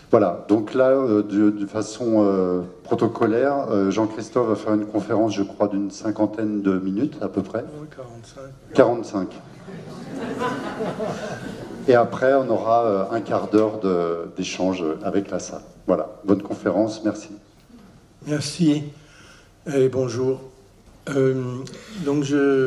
Voilà, donc là, de façon protocolaire, Jean-Christophe va faire une conférence, je crois, d'une cinquantaine de minutes à peu près. Oui, 45. 45. Et après, on aura un quart d'heure d'échange avec la salle. Voilà, bonne conférence, merci. Merci et bonjour. Donc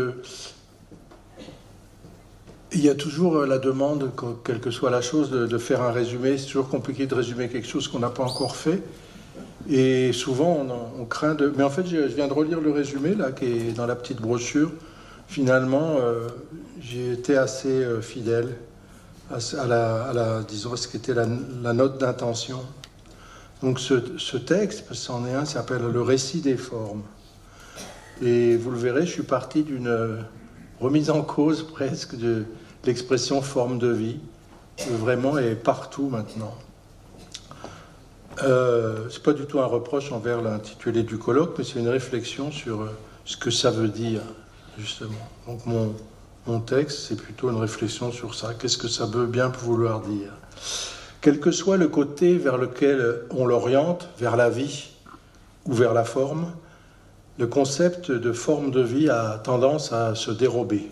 il y a toujours la demande, quelle que soit la chose, de faire un résumé. C'est toujours compliqué de résumer quelque chose qu'on n'a pas encore fait. Et souvent, on craint de... Mais en fait, je viens de relire le résumé, là, qui est dans la petite brochure. Finalement, j'ai été assez fidèle à la, disons, ce qu'était la note d'intention. Donc ce texte, parce que c'en est un, s'appelle « Le récit des formes ». Et vous le verrez, je suis parti d'une remise en cause presque de l'expression forme de vie, qui vraiment est partout maintenant. C'est pas du tout un reproche envers l'intitulé du colloque, mais c'est une réflexion sur ce que ça veut dire, justement. Donc mon texte, c'est plutôt une réflexion sur ça. Qu'est-ce que ça veut bien vouloir dire? Quel que soit le côté vers lequel on l'oriente, vers la vie ou vers la forme, le concept de forme de vie a tendance à se dérober.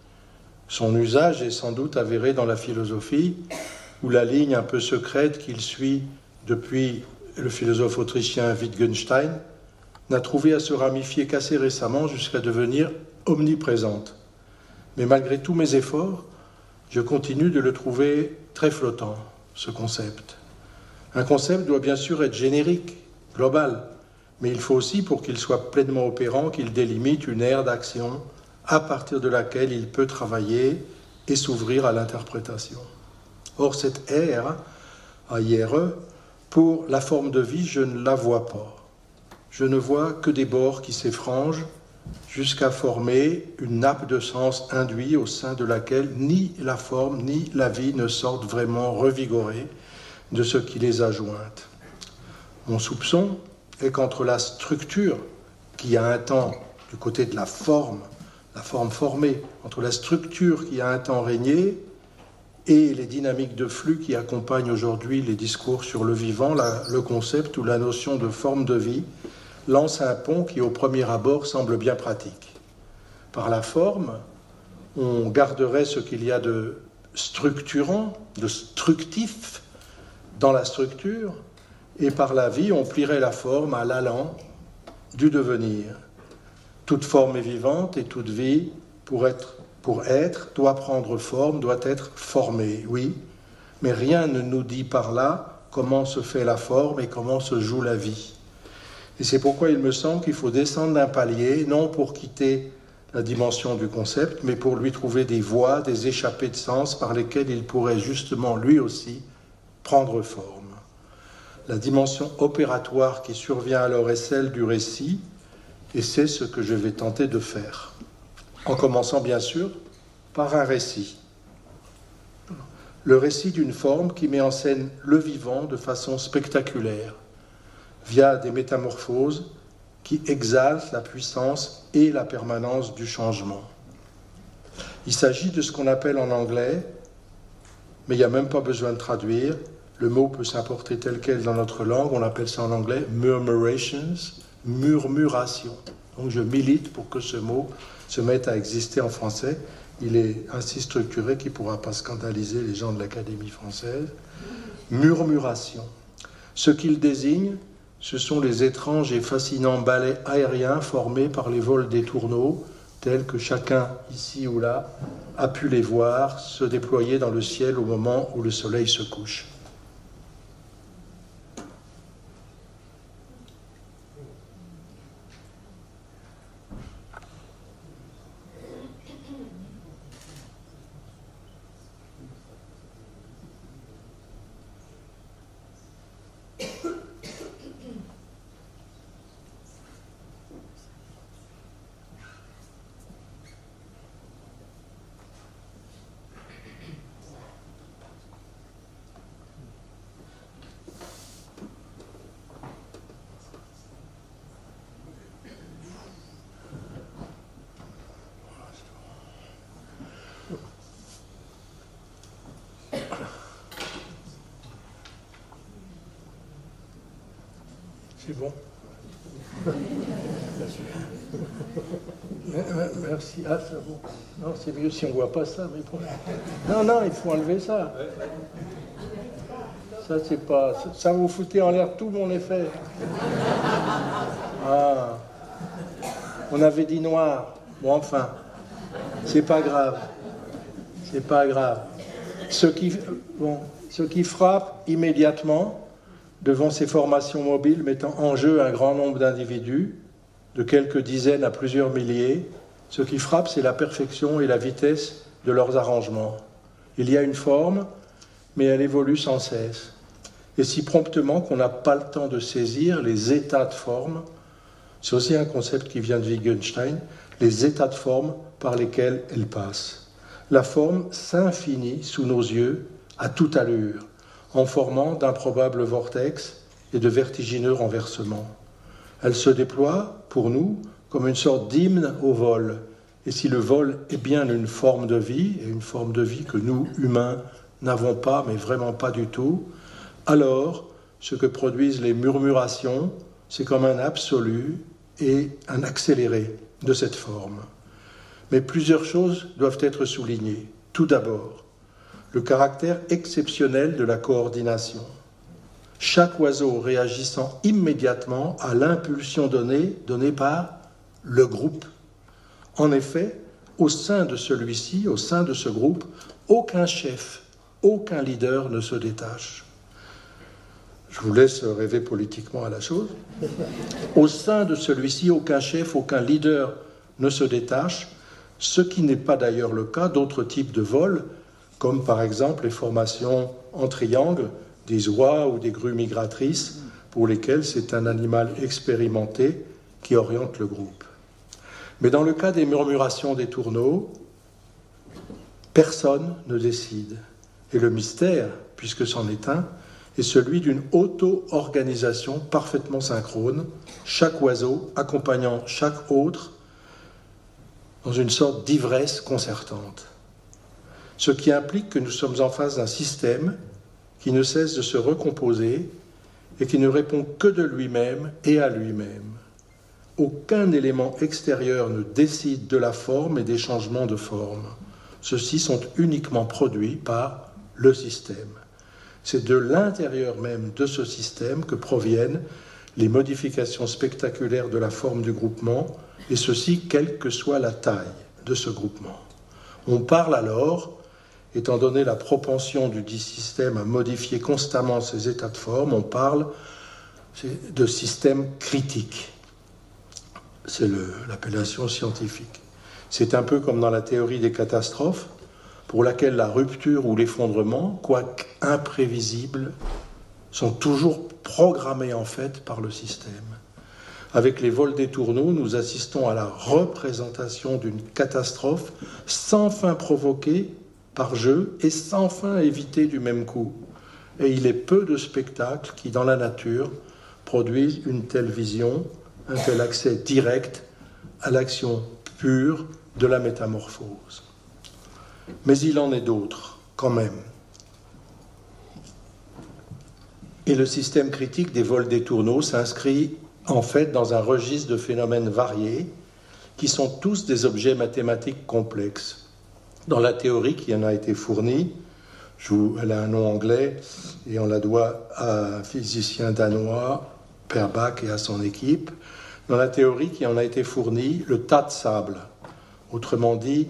Son usage est sans doute avéré dans la philosophie, où la ligne un peu secrète qu'il suit depuis le philosophe autrichien Wittgenstein n'a trouvé à se ramifier qu'assez récemment jusqu'à devenir omniprésente. Mais malgré tous mes efforts, je continue de le trouver très flottant, ce concept. Un concept doit bien sûr être générique, global, mais il faut aussi, pour qu'il soit pleinement opérant, qu'il délimite une aire d'action à partir de laquelle il peut travailler et s'ouvrir à l'interprétation. Or, cette aire, AIRE, pour la forme de vie, je ne la vois pas. Je ne vois que des bords qui s'effrangent jusqu'à former une nappe de sens induit au sein de laquelle ni la forme ni la vie ne sortent vraiment revigorées de ce qui les a jointes. Mon soupçon est qu'entre la structure qui a un temps du côté de la forme formée, entre la structure qui a un temps régné et les dynamiques de flux qui accompagnent aujourd'hui les discours sur le vivant, le concept ou la notion de forme de vie lance un pont qui au premier abord semble bien pratique. Par la forme, on garderait ce qu'il y a de structurant, de structif dans la structure, et par la vie, on plierait la forme à l'allant du devenir. Toute forme est vivante et toute vie, pour être, doit prendre forme, doit être formée, oui, mais rien ne nous dit par là comment se fait la forme et comment se joue la vie. Et c'est pourquoi il me semble qu'il faut descendre d'un palier, non pour quitter la dimension du concept, mais pour lui trouver des voies, des échappées de sens par lesquelles il pourrait justement, lui aussi, prendre forme. La dimension opératoire qui survient alors est celle du récit, et c'est ce que je vais tenter de faire. En commençant bien sûr par un récit. Le récit d'une forme qui met en scène le vivant de façon spectaculaire, via des métamorphoses qui exaltent la puissance et la permanence du changement. Il s'agit de ce qu'on appelle en anglais, mais il n'y a même pas besoin de traduire, le mot peut s'importer tel quel dans notre langue, on appelle ça en anglais murmurations, murmuration. Donc je milite pour que ce mot se mette à exister en français. Il est ainsi structuré qu'il ne pourra pas scandaliser les gens de l'Académie française. Murmuration. Ce qu'il désigne, ce sont les étranges et fascinants ballets aériens formés par les vols des tourneaux, tels que chacun, ici ou là, a pu les voir se déployer dans le ciel au moment où le soleil se couche. C'est bon. Merci. Ah, c'est bon. Non, c'est mieux si on ne voit pas ça. Mais bon. Non, il faut enlever ça. Ça, c'est pas... Ça, vous foutez en l'air tout mon effet. Ah. On avait dit noir. Bon, enfin, c'est pas grave. C'est pas grave. Ce qui frappe immédiatement devant ces formations mobiles mettant en jeu un grand nombre d'individus, de quelques dizaines à plusieurs milliers, ce qui frappe, c'est la perfection et la vitesse de leurs arrangements. Il y a une forme, mais elle évolue sans cesse. Et si promptement qu'on n'a pas le temps de saisir les états de forme, c'est aussi un concept qui vient de Wittgenstein, les états de forme par lesquels elle passe. La forme s'infinit sous nos yeux à toute allure, en formant d'improbables vortex et de vertigineux renversements. Elle se déploie, pour nous, comme une sorte d'hymne au vol. Et si le vol est bien une forme de vie, et une forme de vie que nous, humains, n'avons pas, mais vraiment pas du tout, alors ce que produisent les murmurations, c'est comme un absolu et un accéléré de cette forme. Mais plusieurs choses doivent être soulignées. Tout d'abord, le caractère exceptionnel de la coordination. Chaque oiseau réagissant immédiatement à l'impulsion donnée par le groupe. En effet, au sein de celui-ci, au sein de ce groupe, aucun chef, aucun leader ne se détache. Je vous laisse rêver politiquement à la chose. Au sein de celui-ci, aucun chef, aucun leader ne se détache, ce qui n'est pas d'ailleurs le cas d'autres types de vols, comme par exemple les formations en triangle, des oies ou des grues migratrices, pour lesquelles c'est un animal expérimenté qui oriente le groupe. Mais dans le cas des murmurations des tourneaux, personne ne décide. Et le mystère, puisque c'en est un, est celui d'une auto-organisation parfaitement synchrone, chaque oiseau accompagnant chaque autre dans une sorte d'ivresse concertante. Ce qui implique que nous sommes en face d'un système qui ne cesse de se recomposer et qui ne répond que de lui-même et à lui-même. Aucun élément extérieur ne décide de la forme et des changements de forme. Ceux-ci sont uniquement produits par le système. C'est de l'intérieur même de ce système que proviennent les modifications spectaculaires de la forme du groupement, et ceci quelle que soit la taille de ce groupement. On parle alors, étant donné la propension du dit système à modifier constamment ses états de forme, on parle de système critique. C'est l'appellation scientifique. C'est un peu comme dans la théorie des catastrophes, pour laquelle la rupture ou l'effondrement, quoique imprévisibles, sont toujours programmés en fait par le système. Avec les vols des tourneaux, nous assistons à la représentation d'une catastrophe sans fin provoquée par jeu et sans fin évitée du même coup. Et il est peu de spectacles qui, dans la nature, produisent une telle vision, un tel accès direct à l'action pure de la métamorphose. Mais il en est d'autres, quand même. Et le système critique des vols des tourneaux s'inscrit en fait dans un registre de phénomènes variés qui sont tous des objets mathématiques complexes. Dans la théorie qui en a été fournie, elle a un nom anglais et on la doit à un physicien danois, Per Bak, et à son équipe. Dans la théorie qui en a été fournie, le tas de sable, autrement dit,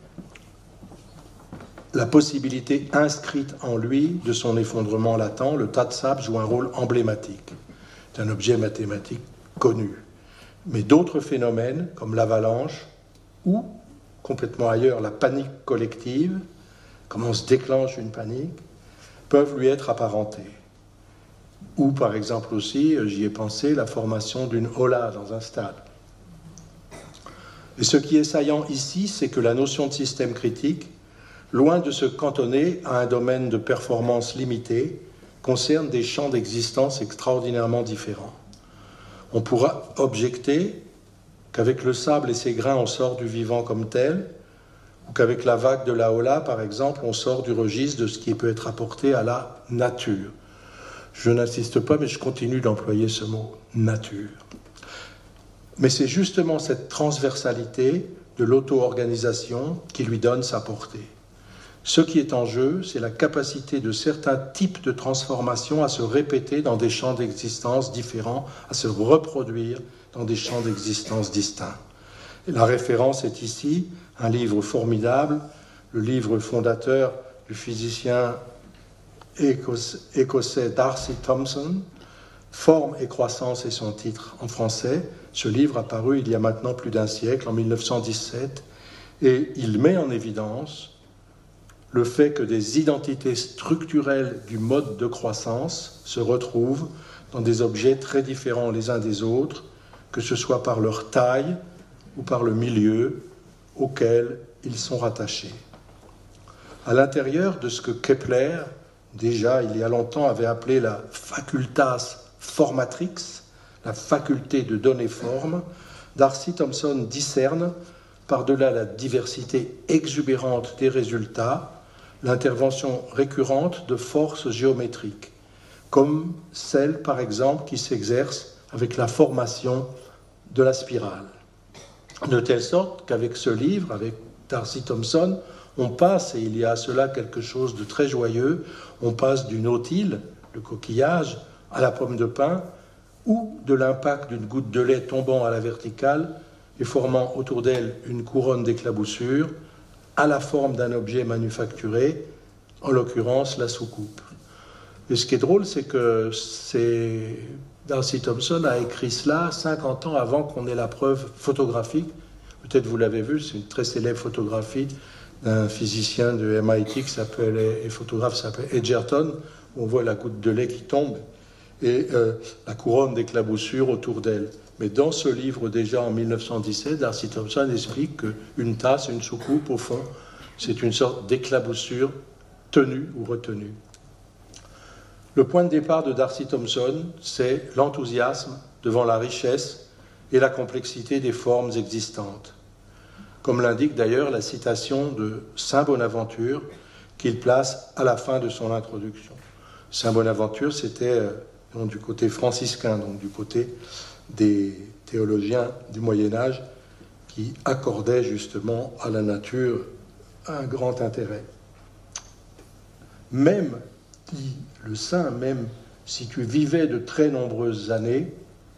la possibilité inscrite en lui de son effondrement latent, le tas de sable joue un rôle emblématique. C'est un objet mathématique connu. Mais d'autres phénomènes, comme l'avalanche, ou, complètement ailleurs, la panique collective, comment se déclenche une panique, peuvent lui être apparentés. Ou, par exemple aussi, j'y ai pensé, la formation d'une hola dans un stade. Et ce qui est saillant ici, c'est que la notion de système critique, loin de se cantonner à un domaine de performance limité, concerne des champs d'existence extraordinairement différents. On pourra objecter qu'avec le sable et ses grains, on sort du vivant comme tel, ou qu'avec la vague de la hola, par exemple, on sort du registre de ce qui peut être apporté à la nature. Je n'insiste pas, mais je continue d'employer ce mot, nature. Mais c'est justement cette transversalité de l'auto-organisation qui lui donne sa portée. Ce qui est en jeu, c'est la capacité de certains types de transformation à se répéter dans des champs d'existence différents, à se reproduire dans des champs d'existence distincts. Et la référence est ici un livre formidable, le livre fondateur du physicien écossais D'Arcy Thompson, Forme et croissance est son titre en français. Ce livre a paru il y a maintenant plus d'un siècle, en 1917, et il met en évidence le fait que des identités structurelles du mode de croissance se retrouvent dans des objets très différents les uns des autres, que ce soit par leur taille ou par le milieu auquel ils sont rattachés. À l'intérieur de ce que Kepler, déjà il y a longtemps, avait appelé la facultas formatrix, la faculté de donner forme, D'Arcy Thompson discerne, par-delà la diversité exubérante des résultats, l'intervention récurrente de forces géométriques, comme celle, par exemple, qui s'exerce avec la formation de la spirale. De telle sorte qu'avec ce livre, avec D'Arcy Thompson, on passe, et il y a à cela quelque chose de très joyeux, on passe du nautile, le coquillage, à la pomme de pin, ou de l'impact d'une goutte de lait tombant à la verticale et formant autour d'elle une couronne d'éclaboussures, à la forme d'un objet manufacturé, en l'occurrence la soucoupe. Et ce qui est drôle, c'est que D'Arcy Thompson a écrit cela 50 ans avant qu'on ait la preuve photographique. Peut-être vous l'avez vu, c'est une très célèbre photographie d'un physicien de MIT et photographe qui s'appelle Edgerton, où on voit la goutte de lait qui tombe et la couronne d'éclaboussures autour d'elle. Mais dans ce livre, déjà en 1917, D'Arcy Thompson explique qu'une tasse, une soucoupe, au fond, c'est une sorte d'éclaboussure tenue ou retenue. Le point de départ de D'Arcy Thompson, c'est l'enthousiasme devant la richesse et la complexité des formes existantes. Comme l'indique d'ailleurs la citation de Saint Bonaventure qu'il place à la fin de son introduction. Saint Bonaventure, c'était du côté franciscain, donc du côté des théologiens du Moyen-Âge qui accordaient justement à la nature un grand intérêt. Même, dit le saint, même si tu vivais de très nombreuses années,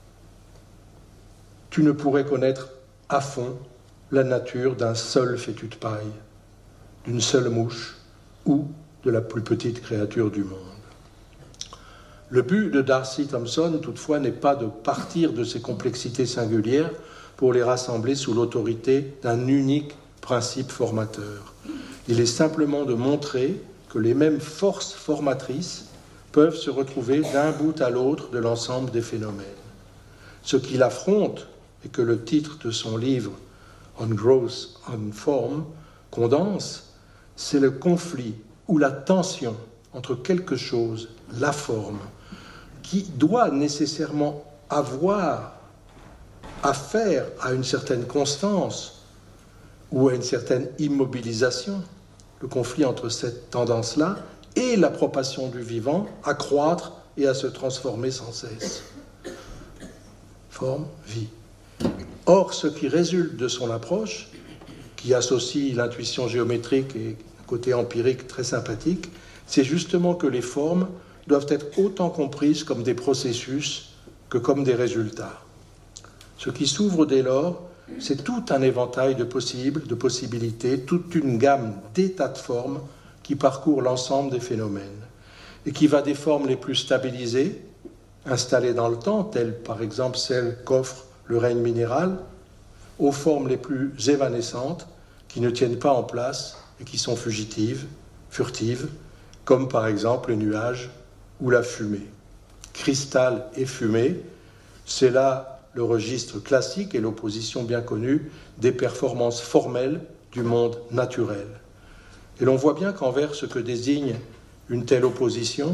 tu ne pourrais connaître à fond la nature d'un seul fétu de paille, d'une seule mouche ou de la plus petite créature du monde. Le but de D'Arcy Thompson, toutefois, n'est pas de partir de ces complexités singulières pour les rassembler sous l'autorité d'un unique principe formateur. Il est simplement de montrer que les mêmes forces formatrices peuvent se retrouver d'un bout à l'autre de l'ensemble des phénomènes. Ce qu'il affronte, et que le titre de son livre « On Growth, on Form » condense, c'est le conflit ou la tension entre quelque chose, la forme, qui doit nécessairement avoir affaire à une certaine constance ou à une certaine immobilisation, le conflit entre cette tendance-là et l'approbation du vivant à croître et à se transformer sans cesse. Forme, vie. Or, ce qui résulte de son approche, qui associe l'intuition géométrique et un côté empirique très sympathique, c'est justement que les formes doivent être autant comprises comme des processus que comme des résultats. Ce qui s'ouvre dès lors, c'est tout un éventail de possibles, de possibilités, toute une gamme d'états de formes qui parcourt l'ensemble des phénomènes et qui va des formes les plus stabilisées, installées dans le temps, telles par exemple celles qu'offre le règne minéral, aux formes les plus évanescentes qui ne tiennent pas en place et qui sont fugitives, furtives, comme par exemple les nuages ou la fumée. Cristal et fumée, c'est là le registre classique et l'opposition bien connue des performances formelles du monde naturel. Et l'on voit bien qu'envers ce que désigne une telle opposition,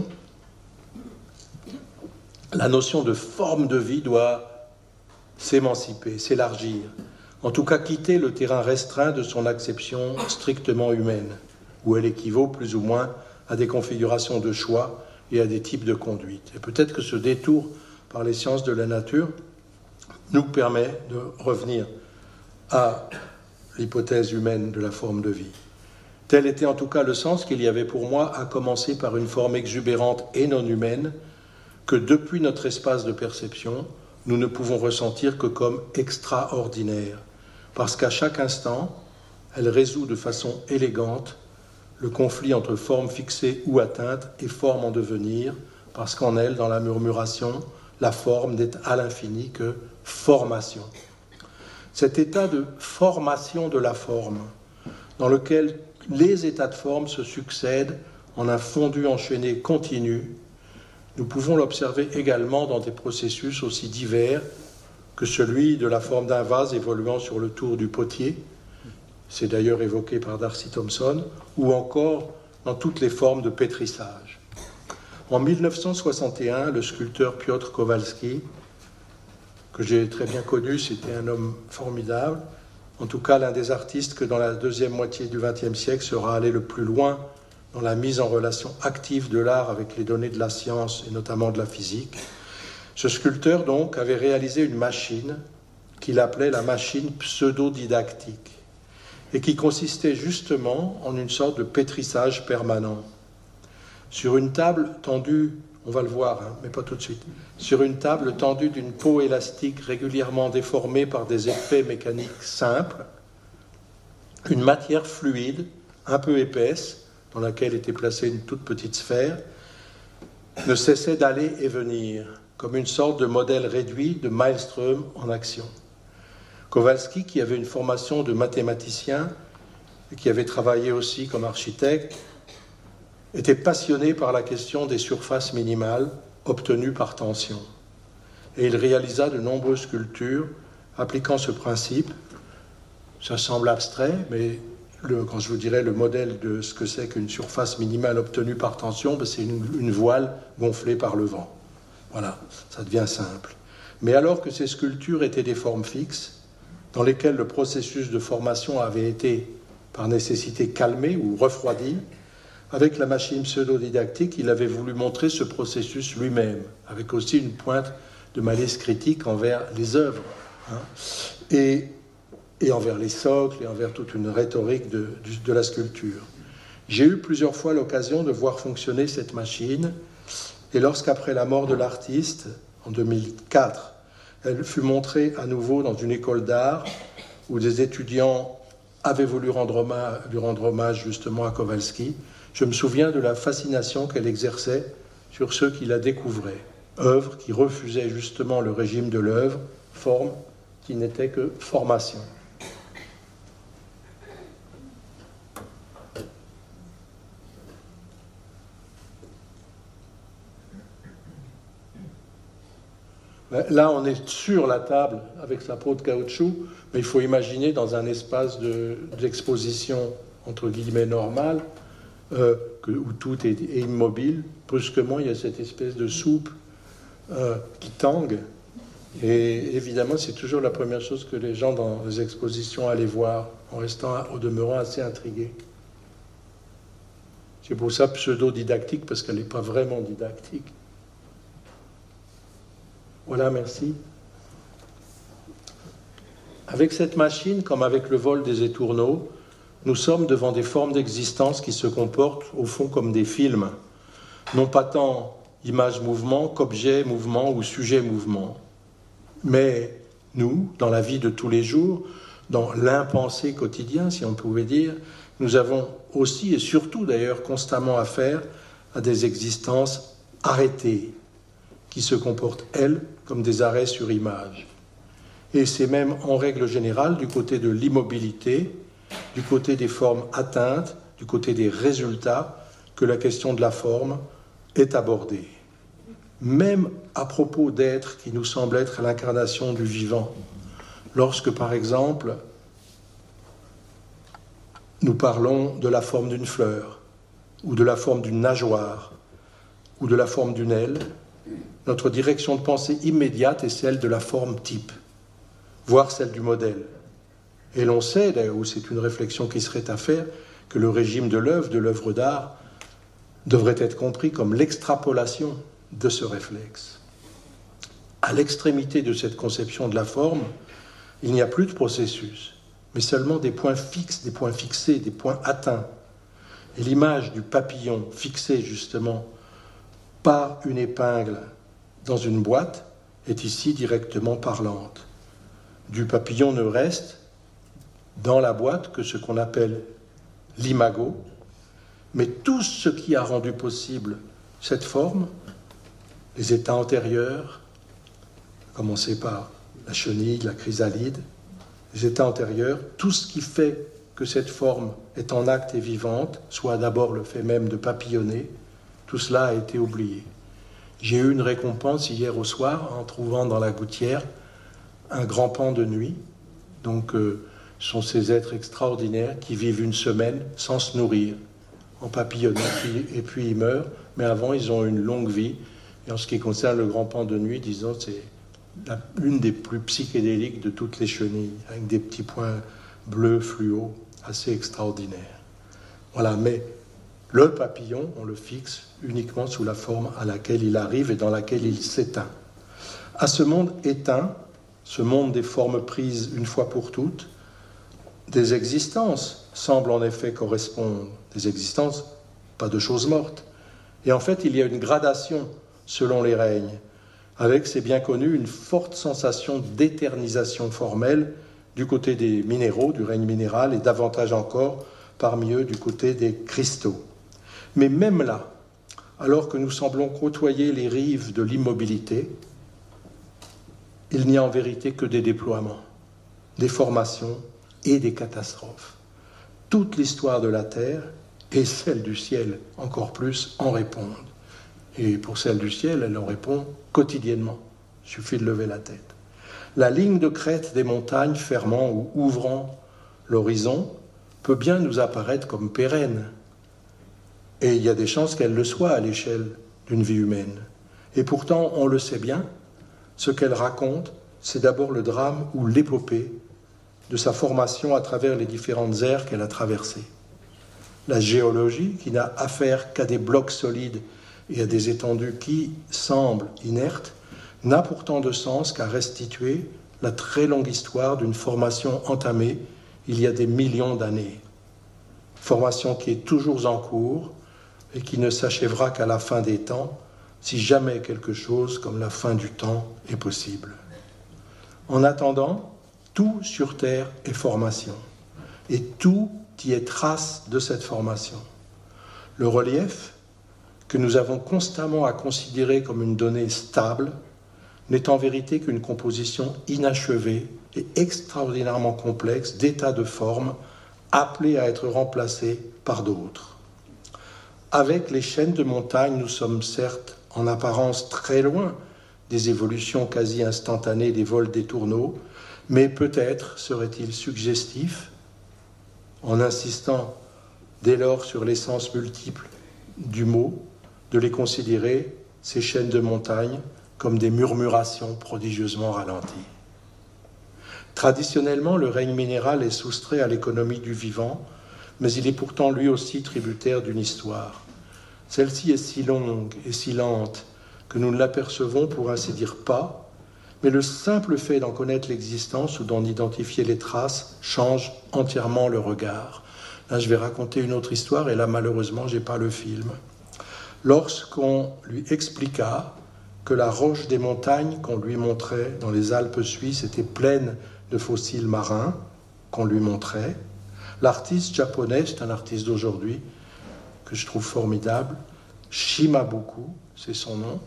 la notion de forme de vie doit s'émanciper, s'élargir, en tout cas quitter le terrain restreint de son acception strictement humaine, où elle équivaut plus ou moins à des configurations de choix et à des types de conduite. Et peut-être que ce détour par les sciences de la nature nous permet de revenir à l'hypothèse humaine de la forme de vie. Tel était en tout cas le sens qu'il y avait pour moi à commencer par une forme exubérante et non humaine que depuis notre espace de perception, nous ne pouvons ressentir que comme extraordinaire, parce qu'à chaque instant, elle résout de façon élégante le conflit entre forme fixée ou atteinte et forme en devenir, parce qu'en elle, dans la murmuration, la forme n'est à l'infini que formation. Cet état de formation de la forme, dans lequel les états de forme se succèdent en un fondu enchaîné continu, nous pouvons l'observer également dans des processus aussi divers que celui de la forme d'un vase évoluant sur le tour du potier, c'est d'ailleurs évoqué par Darcy Thompson, ou encore dans toutes les formes de pétrissage. En 1961, le sculpteur Piotr Kowalski, que j'ai très bien connu, c'était un homme formidable, en tout cas l'un des artistes que dans la deuxième moitié du XXe siècle sera allé le plus loin dans la mise en relation active de l'art avec les données de la science et notamment de la physique. Ce sculpteur donc avait réalisé une machine qu'il appelait la machine pseudo-didactique et qui consistait justement en une sorte de pétrissage permanent. Sur une table tendue, on va le voir, mais pas tout de suite, sur une table tendue d'une peau élastique régulièrement déformée par des effets mécaniques simples, une matière fluide, un peu épaisse, dans laquelle était placée une toute petite sphère, ne cessait d'aller et venir, comme une sorte de modèle réduit de Maelström en action. Kowalski, qui avait une formation de mathématicien et qui avait travaillé aussi comme architecte, était passionné par la question des surfaces minimales obtenues par tension. Et il réalisa de nombreuses sculptures appliquant ce principe. Ça semble abstrait, mais quand je vous dirai le modèle de ce que c'est qu'une surface minimale obtenue par tension, c'est une voile gonflée par le vent. Voilà, ça devient simple. Mais alors que ces sculptures étaient des formes fixes, dans lesquelles le processus de formation avait été par nécessité calmé ou refroidi, avec la machine pseudo-didactique, il avait voulu montrer ce processus lui-même, avec aussi une pointe de malice critique envers les œuvres, et envers les socles, et envers toute une rhétorique de la sculpture. J'ai eu plusieurs fois l'occasion de voir fonctionner cette machine, et lorsqu'après la mort de l'artiste, en 2004, elle fut montrée à nouveau dans une école d'art où des étudiants avaient voulu lui rendre hommage justement à Kowalski, je me souviens de la fascination qu'elle exerçait sur ceux qui la découvraient. Œuvre qui refusait justement le régime de l'œuvre, forme qui n'était que formation. Là, on est sur la table avec sa peau de caoutchouc, mais il faut imaginer dans un espace d'exposition, entre guillemets, normal, où tout est immobile. Brusquement, il y a cette espèce de soupe qui tangue. Et évidemment, c'est toujours la première chose que les gens dans les expositions allaient voir, en restant au demeurant assez intrigués. C'est pour ça pseudo-didactique, parce qu'elle n'est pas vraiment didactique. Voilà, merci. Avec cette machine, comme avec le vol des étourneaux, nous sommes devant des formes d'existence qui se comportent au fond comme des films, non pas tant image-mouvement qu'objet-mouvement ou sujet-mouvement. Mais nous, dans la vie de tous les jours, dans l'impensé quotidien, si on pouvait dire, nous avons aussi et surtout d'ailleurs constamment affaire à des existences arrêtées, qui se comportent, elles, comme des arrêts sur image. Et c'est même en règle générale du côté de l'immobilité, du côté des formes atteintes, du côté des résultats, que la question de la forme est abordée. Même à propos d'êtres qui nous semblent être l'incarnation du vivant. Lorsque, par exemple, nous parlons de la forme d'une fleur, ou de la forme d'une nageoire, ou de la forme d'une aile, notre direction de pensée immédiate est celle de la forme type, voire celle du modèle. Et l'on sait, d'ailleurs, ou c'est une réflexion qui serait à faire, que le régime de l'œuvre d'art, devrait être compris comme l'extrapolation de ce réflexe. À l'extrémité de cette conception de la forme, il n'y a plus de processus, mais seulement des points fixes, des points fixés, des points atteints. Et l'image du papillon fixé justement par une épingle dans une boîte est ici directement parlante. Du papillon ne reste dans la boîte que ce qu'on appelle l'imago, mais tout ce qui a rendu possible cette forme, les états antérieurs, à commencer par la chenille, la chrysalide, les états antérieurs, tout ce qui fait que cette forme est en acte et vivante, soit d'abord le fait même de papillonner, tout cela a été oublié. J'ai eu une récompense hier au soir en trouvant dans la gouttière un grand paon de nuit. Donc, ce sont ces êtres extraordinaires qui vivent une semaine sans se nourrir, en papillonnant, et puis ils meurent. Mais avant, ils ont une longue vie. Et en ce qui concerne le grand paon de nuit, disons, c'est une des plus psychédéliques de toutes les chenilles, avec des petits points bleus fluo, assez extraordinaires. Voilà, mais le papillon, on le fixe uniquement sous la forme à laquelle il arrive et dans laquelle il s'éteint. À ce monde éteint, ce monde des formes prises une fois pour toutes, des existences semblent en effet correspondre. Des existences, pas de choses mortes. Et en fait, il y a une gradation selon les règnes, avec, c'est bien connu, une forte sensation d'éternisation formelle du côté des minéraux, du règne minéral, et davantage encore, parmi eux, du côté des cristaux. Mais même là, alors que nous semblons côtoyer les rives de l'immobilité, il n'y a en vérité que des déploiements, des formations et des catastrophes. Toute l'histoire de la Terre, et celle du ciel encore plus, en répondent. Et pour celle du ciel, elle en répond quotidiennement. Il suffit de lever la tête. La ligne de crête des montagnes fermant ou ouvrant l'horizon peut bien nous apparaître comme pérenne. Et il y a des chances qu'elle le soit à l'échelle d'une vie humaine. Et pourtant, on le sait bien, ce qu'elle raconte, c'est d'abord le drame ou l'épopée de sa formation à travers les différentes ères qu'elle a traversées. La géologie, qui n'a affaire qu'à des blocs solides et à des étendues qui semblent inertes, n'a pourtant de sens qu'à restituer la très longue histoire d'une formation entamée il y a des millions d'années. Formation qui est toujours en cours et qui ne s'achèvera qu'à la fin des temps, si jamais quelque chose comme la fin du temps est possible. En attendant, tout sur Terre est formation, et tout y est trace de cette formation. Le relief, que nous avons constamment à considérer comme une donnée stable, n'est en vérité qu'une composition inachevée et extraordinairement complexe d'états de forme appelés à être remplacés par d'autres. Avec les chaînes de montagnes, nous sommes certes en apparence très loin des évolutions quasi instantanées des vols des tourneaux, mais peut-être serait-il suggestif, en insistant dès lors sur l'essence multiple du mot, de les considérer, ces chaînes de montagnes, comme des murmurations prodigieusement ralenties. Traditionnellement, le règne minéral est soustrait à l'économie du vivant, mais il est pourtant lui aussi tributaire d'une histoire. Celle-ci est si longue et si lente que nous ne l'apercevons pour ainsi dire pas, mais le simple fait d'en connaître l'existence ou d'en identifier les traces change entièrement le regard. Là, je vais raconter une autre histoire, et là, malheureusement, je n'ai pas le film. Lorsqu'on lui expliqua que la roche des montagnes qu'on lui montrait dans les Alpes suisses était pleine de fossiles marins, qu'on lui montrait, l'artiste japonais, c'est un artiste d'aujourd'hui que je trouve formidable, Shimabuku, c'est son nom,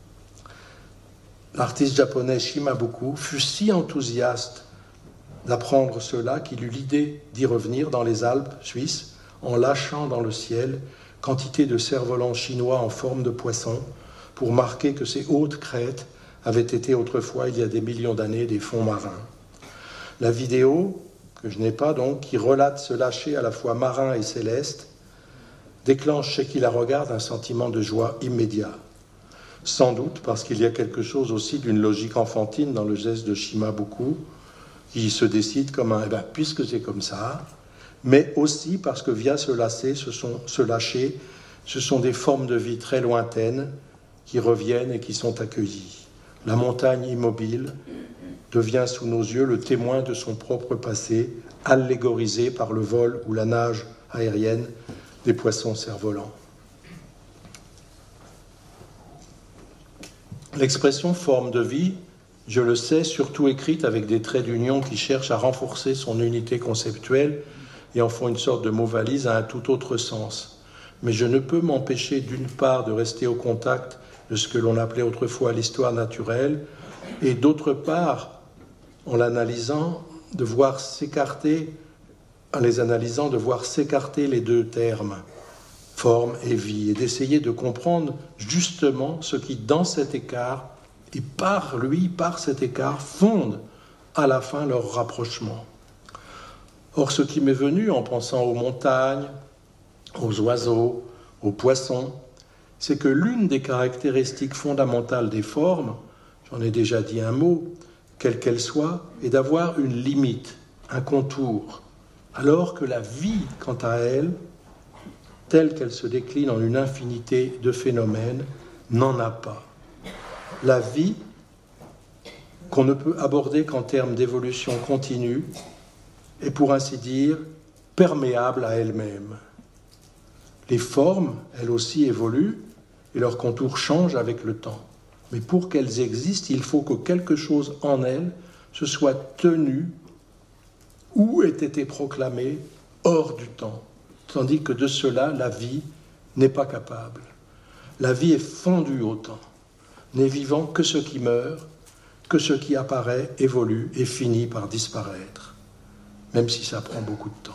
l'artiste japonais Shimabuku fut si enthousiaste d'apprendre cela qu'il eut l'idée d'y revenir dans les Alpes suisses en lâchant dans le ciel quantité de cerfs-volants chinois en forme de poisson pour marquer que ces hautes crêtes avaient été autrefois, il y a des millions d'années, des fonds marins. La vidéo, que je n'ai pas donc, qui relate ce lâcher à la fois marin et céleste, déclenche chez qui la regarde un sentiment de joie immédiat. Sans doute parce qu'il y a quelque chose aussi d'une logique enfantine dans le geste de Shimabuku, qui se décide comme un « puisque c'est comme ça », mais aussi parce que via ce lâcher, Ce sont des formes de vie très lointaines qui reviennent et qui sont accueillies. La montagne immobile devient sous nos yeux le témoin de son propre passé, allégorisé par le vol ou la nage aérienne des poissons cerfs-volants. L'expression forme de vie, je le sais, surtout écrite avec des traits d'union qui cherchent à renforcer son unité conceptuelle et en font une sorte de mot-valise, a un tout autre sens. Mais je ne peux m'empêcher d'une part de rester au contact de ce que l'on appelait autrefois l'histoire naturelle, et d'autre part, en l'analysant, de voir s'écarter les deux termes, forme et vie, et d'essayer de comprendre justement ce qui, dans cet écart, et par cet écart, fonde à la fin leur rapprochement. Or, ce qui m'est venu en pensant aux montagnes, aux oiseaux, aux poissons, c'est que l'une des caractéristiques fondamentales des formes, j'en ai déjà dit un mot, quelle qu'elle soit, est d'avoir une limite, un contour, alors que la vie, quant à elle, telle qu'elle se décline en une infinité de phénomènes, n'en a pas. La vie, qu'on ne peut aborder qu'en termes d'évolution continue, est pour ainsi dire perméable à elle-même. Les formes, elles aussi, évoluent et leur contour change avec le temps. Mais pour qu'elles existent, il faut que quelque chose en elles se soit tenu ou ait été proclamé hors du temps, tandis que de cela, la vie n'est pas capable. La vie est fondue au temps, n'est vivant que ce qui meurt, que ce qui apparaît, évolue et finit par disparaître, même si ça prend beaucoup de temps.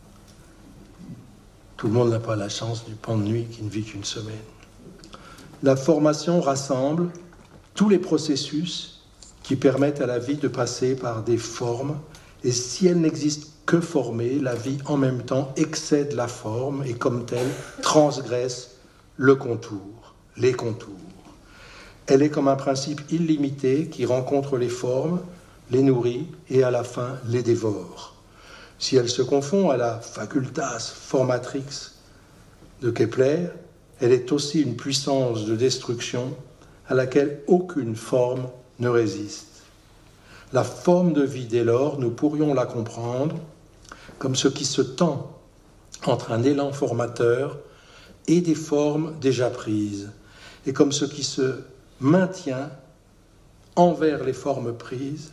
Tout le monde n'a pas la chance du pan de nuit qui ne vit qu'une semaine. La formation rassemble tous les processus qui permettent à la vie de passer par des formes, et si elle n'existe que formée, la vie en même temps excède la forme et comme telle transgresse le contour, les contours. Elle est comme un principe illimité qui rencontre les formes, les nourrit et à la fin les dévore. Si elle se confond à la facultas formatrix de Kepler, elle est aussi une puissance de destruction à laquelle aucune forme ne résiste. La forme de vie, dès lors, nous pourrions la comprendre comme ce qui se tend entre un élan formateur et des formes déjà prises, et comme ce qui se maintient envers les formes prises,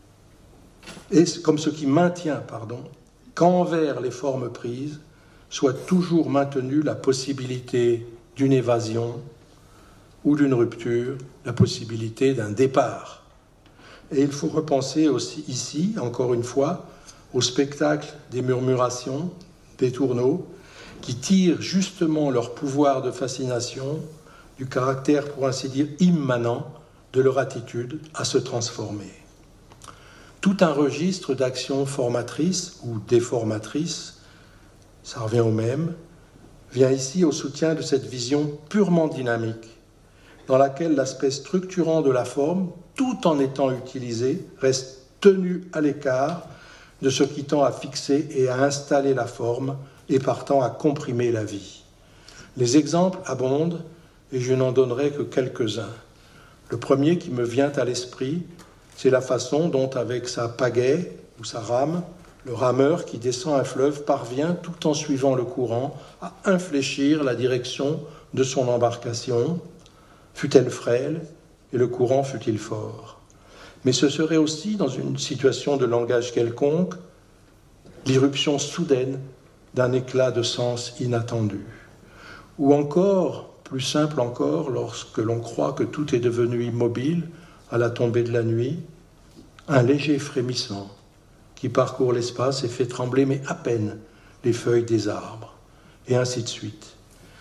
et comme ce qui maintient, qu'envers les formes prises soit toujours maintenue la possibilité d'une évasion ou d'une rupture, la possibilité d'un départ. Et il faut repenser aussi ici, encore une fois, au spectacle des murmurations, des tourneaux, qui tirent justement leur pouvoir de fascination du caractère, pour ainsi dire, immanent de leur attitude à se transformer. Tout un registre d'actions formatrices ou déformatrices, ça revient au même, vient ici au soutien de cette vision purement dynamique, dans laquelle l'aspect structurant de la forme, tout en étant utilisé, reste tenu à l'écart de ce qui tend à fixer et à installer la forme et partant à comprimer la vie. Les exemples abondent et je n'en donnerai que quelques-uns. Le premier qui me vient à l'esprit, c'est la façon dont, avec sa pagaie ou sa rame, le rameur qui descend un fleuve parvient, tout en suivant le courant, à infléchir la direction de son embarcation, fût-elle frêle, et le courant fût-il fort. Mais ce serait aussi, dans une situation de langage quelconque, l'irruption soudaine d'un éclat de sens inattendu. Ou encore, plus simple encore, lorsque l'on croit que tout est devenu immobile à la tombée de la nuit, un léger frémissement qui parcourt l'espace et fait trembler, mais à peine, les feuilles des arbres, et ainsi de suite.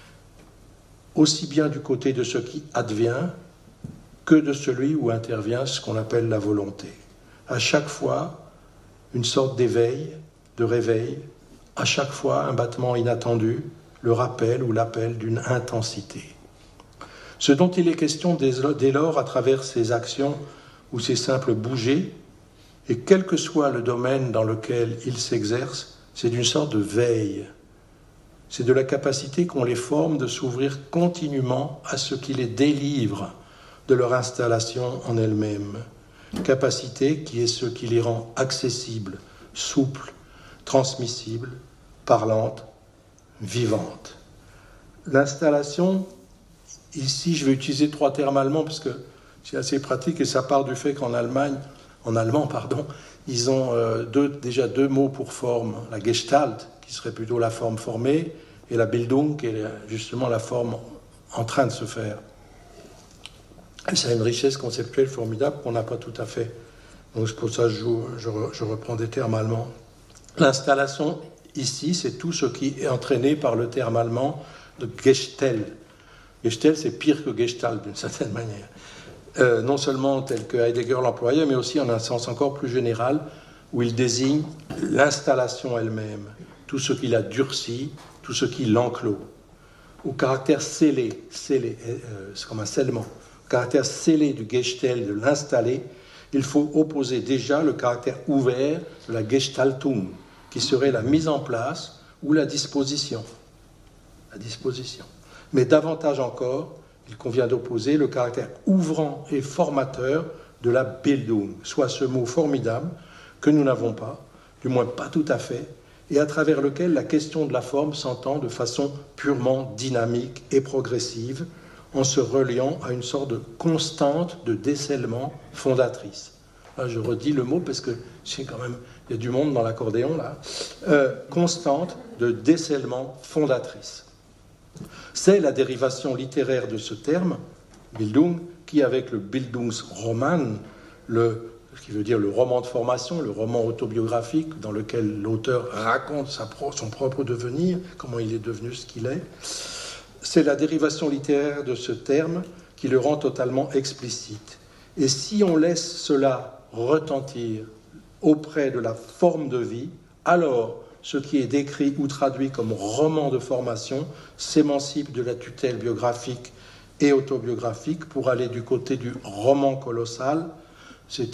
Aussi bien du côté de ce qui advient que de celui où intervient ce qu'on appelle la volonté. À chaque fois, une sorte d'éveil, de réveil, à chaque fois un battement inattendu, le rappel ou l'appel d'une intensité. Ce dont il est question dès lors à travers ces actions ou ces simples bougées, et quel que soit le domaine dans lequel il s'exerce, c'est d'une sorte de veille, c'est de la capacité qu'ont les formes de s'ouvrir continuellement à ce qui les délivre de leur installation en elles-mêmes. Capacité qui est ce qui les rend accessibles, souples, transmissibles, parlantes, vivantes. L'installation, ici je vais utiliser 3 termes allemands parce que c'est assez pratique et ça part du fait qu'en allemand, ils ont déjà 2 mots pour forme, la Gestalt, qui serait plutôt la forme formée, et la Bildung, qui est justement la forme en train de se faire. Et ça a une richesse conceptuelle formidable qu'on n'a pas tout à fait. Donc c'est pour ça que je reprends des termes allemands. L'installation, ici, c'est tout ce qui est entraîné par le terme allemand de Gestel. Gestel, c'est pire que Gestalt, d'une certaine manière. Non seulement tel que Heidegger l'employait, mais aussi en un sens encore plus général, où il désigne l'installation elle-même, tout ce qui la durcit, tout ce qui l'enclôt. Au caractère scellé, c'est comme un scellement, au caractère scellé du Gestel, de l'installer, il faut opposer déjà le caractère ouvert de la Gestaltung, qui serait la mise en place ou la disposition. La disposition. Mais davantage encore, il convient d'opposer le caractère ouvrant et formateur de la Bildung, soit ce mot formidable que nous n'avons pas, du moins pas tout à fait, et à travers lequel la question de la forme s'entend de façon purement dynamique et progressive, en se reliant à une sorte de constante de décèlement fondatrice. Là, je redis le mot parce que c'est quand même, il y a du monde dans l'accordéon là. Constante de décèlement fondatrice. C'est la dérivation littéraire de ce terme, Bildung, qui avec le Bildungsroman, qui veut dire le roman de formation, le roman autobiographique dans lequel l'auteur raconte son propre devenir, comment il est devenu ce qu'il est, c'est la dérivation littéraire de ce terme qui le rend totalement explicite. Et si on laisse cela retentir auprès de la forme de vie, alors ce qui est décrit ou traduit comme roman de formation s'émancipe de la tutelle biographique et autobiographique pour aller du côté du roman colossal. J'ai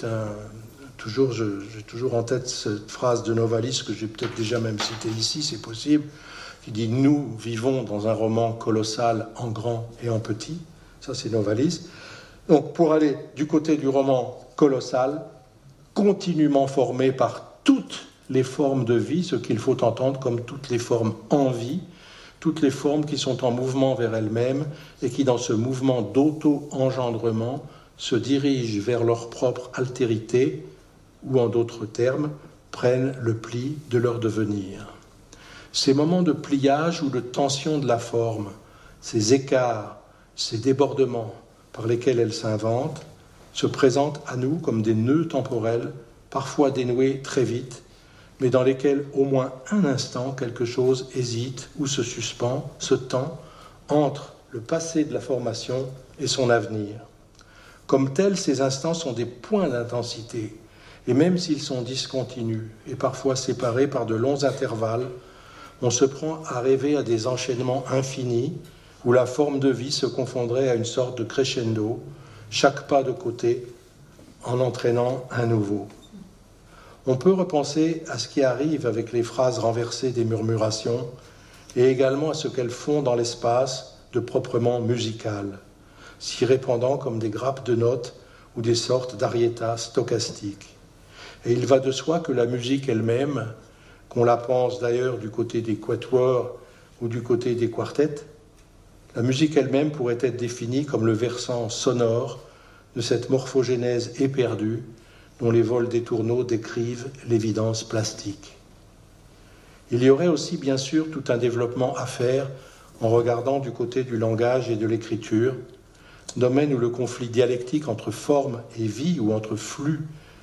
toujours en tête cette phrase de Novalis que j'ai peut-être déjà même citée ici, c'est possible, qui dit « Nous vivons dans un roman colossal en grand et en petit ». Ça, c'est Novalis. Donc, pour aller du côté du roman colossal, continuellement formé par toutes les formes de vie, ce qu'il faut entendre comme toutes les formes en vie, toutes les formes qui sont en mouvement vers elles-mêmes et qui, dans ce mouvement d'auto-engendrement, se dirigent vers leur propre altérité, ou en d'autres termes, prennent le pli de leur devenir. Ces moments de pliage ou de tension de la forme, ces écarts, ces débordements par lesquels elle s'invente, se présentent à nous comme des nœuds temporels, parfois dénoués très vite, mais dans lesquels au moins un instant quelque chose hésite ou se suspend, se tend entre le passé de la formation et son avenir. Comme tels, ces instants sont des points d'intensité, et même s'ils sont discontinus et parfois séparés par de longs intervalles, on se prend à rêver à des enchaînements infinis où la forme de vie se confondrait à une sorte de crescendo, chaque pas de côté en entraînant un nouveau. On peut repenser à ce qui arrive avec les phrases renversées des murmurations et également à ce qu'elles font dans l'espace de proprement musical, s'y répandant comme des grappes de notes ou des sortes d'ariettas stochastiques. Et il va de soi que la musique elle-même, qu'on la pense d'ailleurs du côté des quatuors ou du côté des quartets, la musique elle-même pourrait être définie comme le versant sonore de cette morphogénèse éperdue dont les vols des tourneaux décrivent l'évidence plastique. Il y aurait aussi bien sûr tout un développement à faire en regardant du côté du langage et de l'écriture, domaine où le conflit dialectique entre forme et vie ou entre flux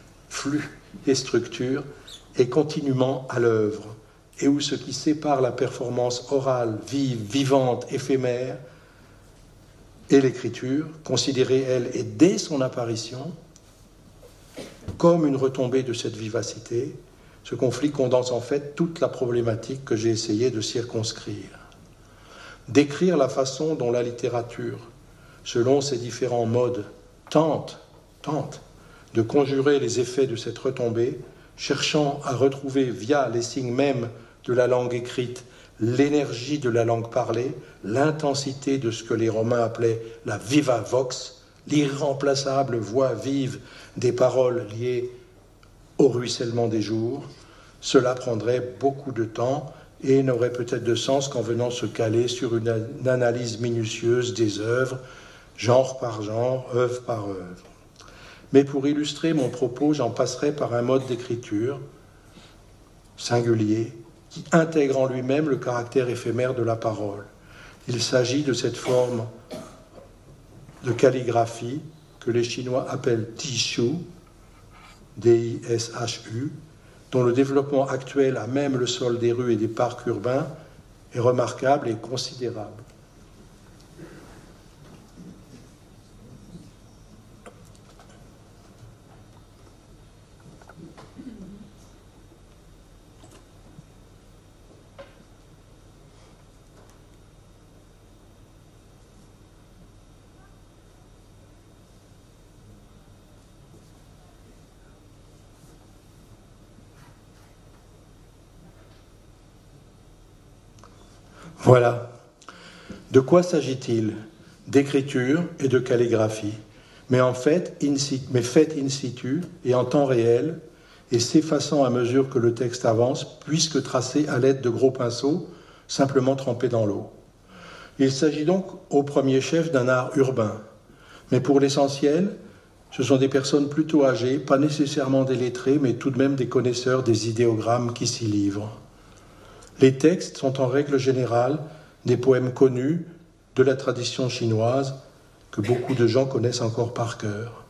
et structure est continuellement à l'œuvre et où ce qui sépare la performance orale, vive, vivante, éphémère et l'écriture, considérée, elle, et dès son apparition, comme une retombée de cette vivacité, ce conflit condense en fait toute la problématique que j'ai essayé de circonscrire. Décrire la façon dont la littérature, selon ses différents modes, tente de conjurer les effets de cette retombée, cherchant à retrouver via les signes mêmes de la langue écrite l'énergie de la langue parlée, l'intensité de ce que les Romains appelaient la viva vox, l'irremplaçable voix vive des paroles liées au ruissellement des jours, cela prendrait beaucoup de temps et n'aurait peut-être de sens qu'en venant se caler sur une analyse minutieuse des œuvres, genre par genre, œuvre par œuvre. Mais pour illustrer mon propos, j'en passerai par un mode d'écriture singulier qui intègre en lui-même le caractère éphémère de la parole. Il s'agit de cette forme de calligraphie que les Chinois appellent Dishu, D-I-S-H-U, dont le développement actuel à même le sol des rues et des parcs urbains est remarquable et considérable. Voilà. De quoi s'agit-il? D'écriture et de calligraphie, mais faites in situ et en temps réel, et s'effaçant à mesure que le texte avance, puisque tracé à l'aide de gros pinceaux, simplement trempés dans l'eau. Il s'agit donc au premier chef d'un art urbain, mais pour l'essentiel, ce sont des personnes plutôt âgées, pas nécessairement des lettrés, mais tout de même des connaisseurs des idéogrammes qui s'y livrent. Les textes sont en règle générale des poèmes connus de la tradition chinoise que beaucoup de gens connaissent encore par cœur.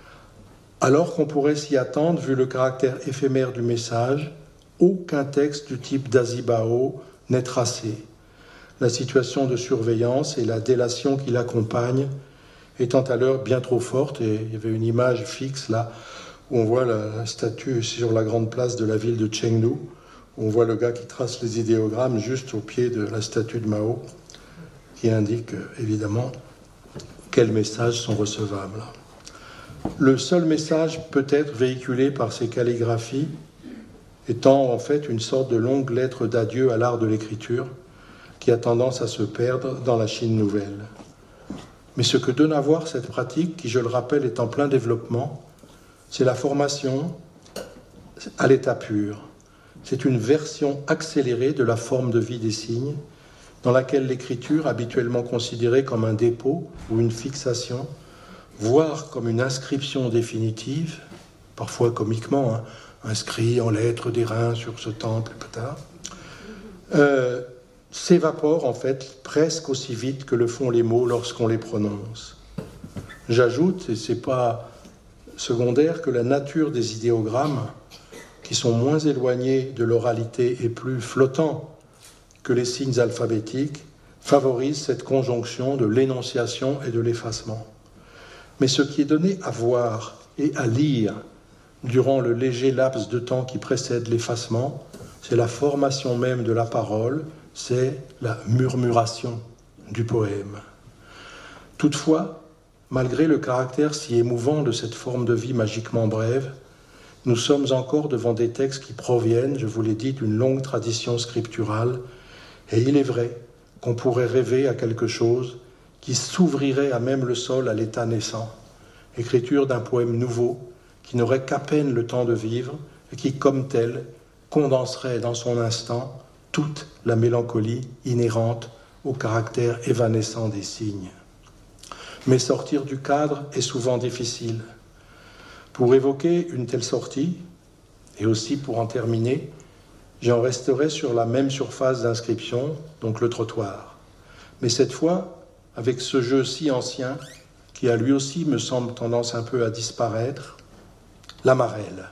Alors qu'on pourrait s'y attendre, vu le caractère éphémère du message, aucun texte du type d'Azibao n'est tracé. La situation de surveillance et la délation qui l'accompagne étant alors bien trop forte, et il y avait une image fixe là où on voit la statue sur la grande place de la ville de Chengdu. On voit le gars qui trace les idéogrammes juste au pied de la statue de Mao, qui indique évidemment quels messages sont recevables. Le seul message peut être véhiculé par ces calligraphies étant en fait une sorte de longue lettre d'adieu à l'art de l'écriture qui a tendance à se perdre dans la Chine nouvelle. Mais ce que donne à voir cette pratique, qui je le rappelle est en plein développement, c'est la formation à l'état pur. C'est une version accélérée de la forme de vie des signes, dans laquelle l'écriture, habituellement considérée comme un dépôt ou une fixation, voire comme une inscription définitive, parfois comiquement, inscrit en lettres d'airain sur ce temple, s'évapore en fait presque aussi vite que le font les mots lorsqu'on les prononce. J'ajoute, et ce n'est pas secondaire, que la nature des idéogrammes, qui sont moins éloignés de l'oralité et plus flottants que les signes alphabétiques, favorise cette conjonction de l'énonciation et de l'effacement. Mais ce qui est donné à voir et à lire durant le léger laps de temps qui précède l'effacement, c'est la formation même de la parole, c'est la murmuration du poème. Toutefois, malgré le caractère si émouvant de cette forme de vie magiquement brève, nous sommes encore devant des textes qui proviennent, je vous l'ai dit, d'une longue tradition scripturale, et il est vrai qu'on pourrait rêver à quelque chose qui s'ouvrirait à même le sol à l'état naissant, écriture d'un poème nouveau, qui n'aurait qu'à peine le temps de vivre, et qui, comme tel, condenserait dans son instant toute la mélancolie inhérente au caractère évanescent des signes. Mais sortir du cadre est souvent difficile. Pour évoquer une telle sortie, et aussi pour en terminer, j'en resterai sur la même surface d'inscription, donc le trottoir. Mais cette fois, avec ce jeu si ancien, qui a lui aussi, me semble, tendance un peu à disparaître, la marelle.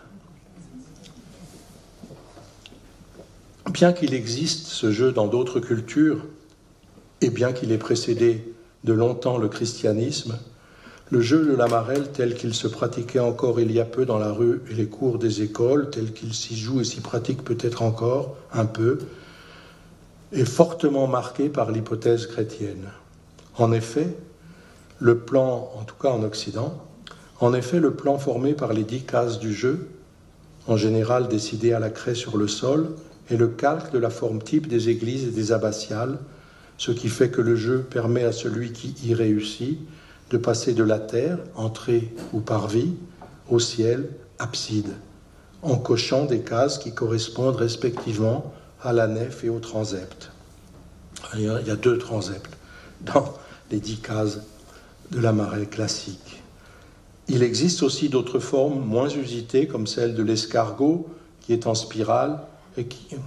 Bien qu'il existe ce jeu dans d'autres cultures, et bien qu'il ait précédé de longtemps le christianisme, le jeu de la marelle tel qu'il se pratiquait encore il y a peu dans la rue et les cours des écoles, tel qu'il s'y joue et s'y pratique peut-être encore un peu, est fortement marqué par l'hypothèse chrétienne. En effet, le plan, en tout cas en Occident, le plan formé par les 10 cases du jeu, en général décidées à la craie sur le sol, est le calque de la forme type des églises et des abbatiales, ce qui fait que le jeu permet à celui qui y réussit de passer de la terre, entrée ou parvis, au ciel, abside, en cochant des cases qui correspondent respectivement à la nef et au transept. Il y a 2 transepts dans les 10 cases de la marelle classique. Il existe aussi d'autres formes moins usitées, comme celle de l'escargot, qui est en spirale et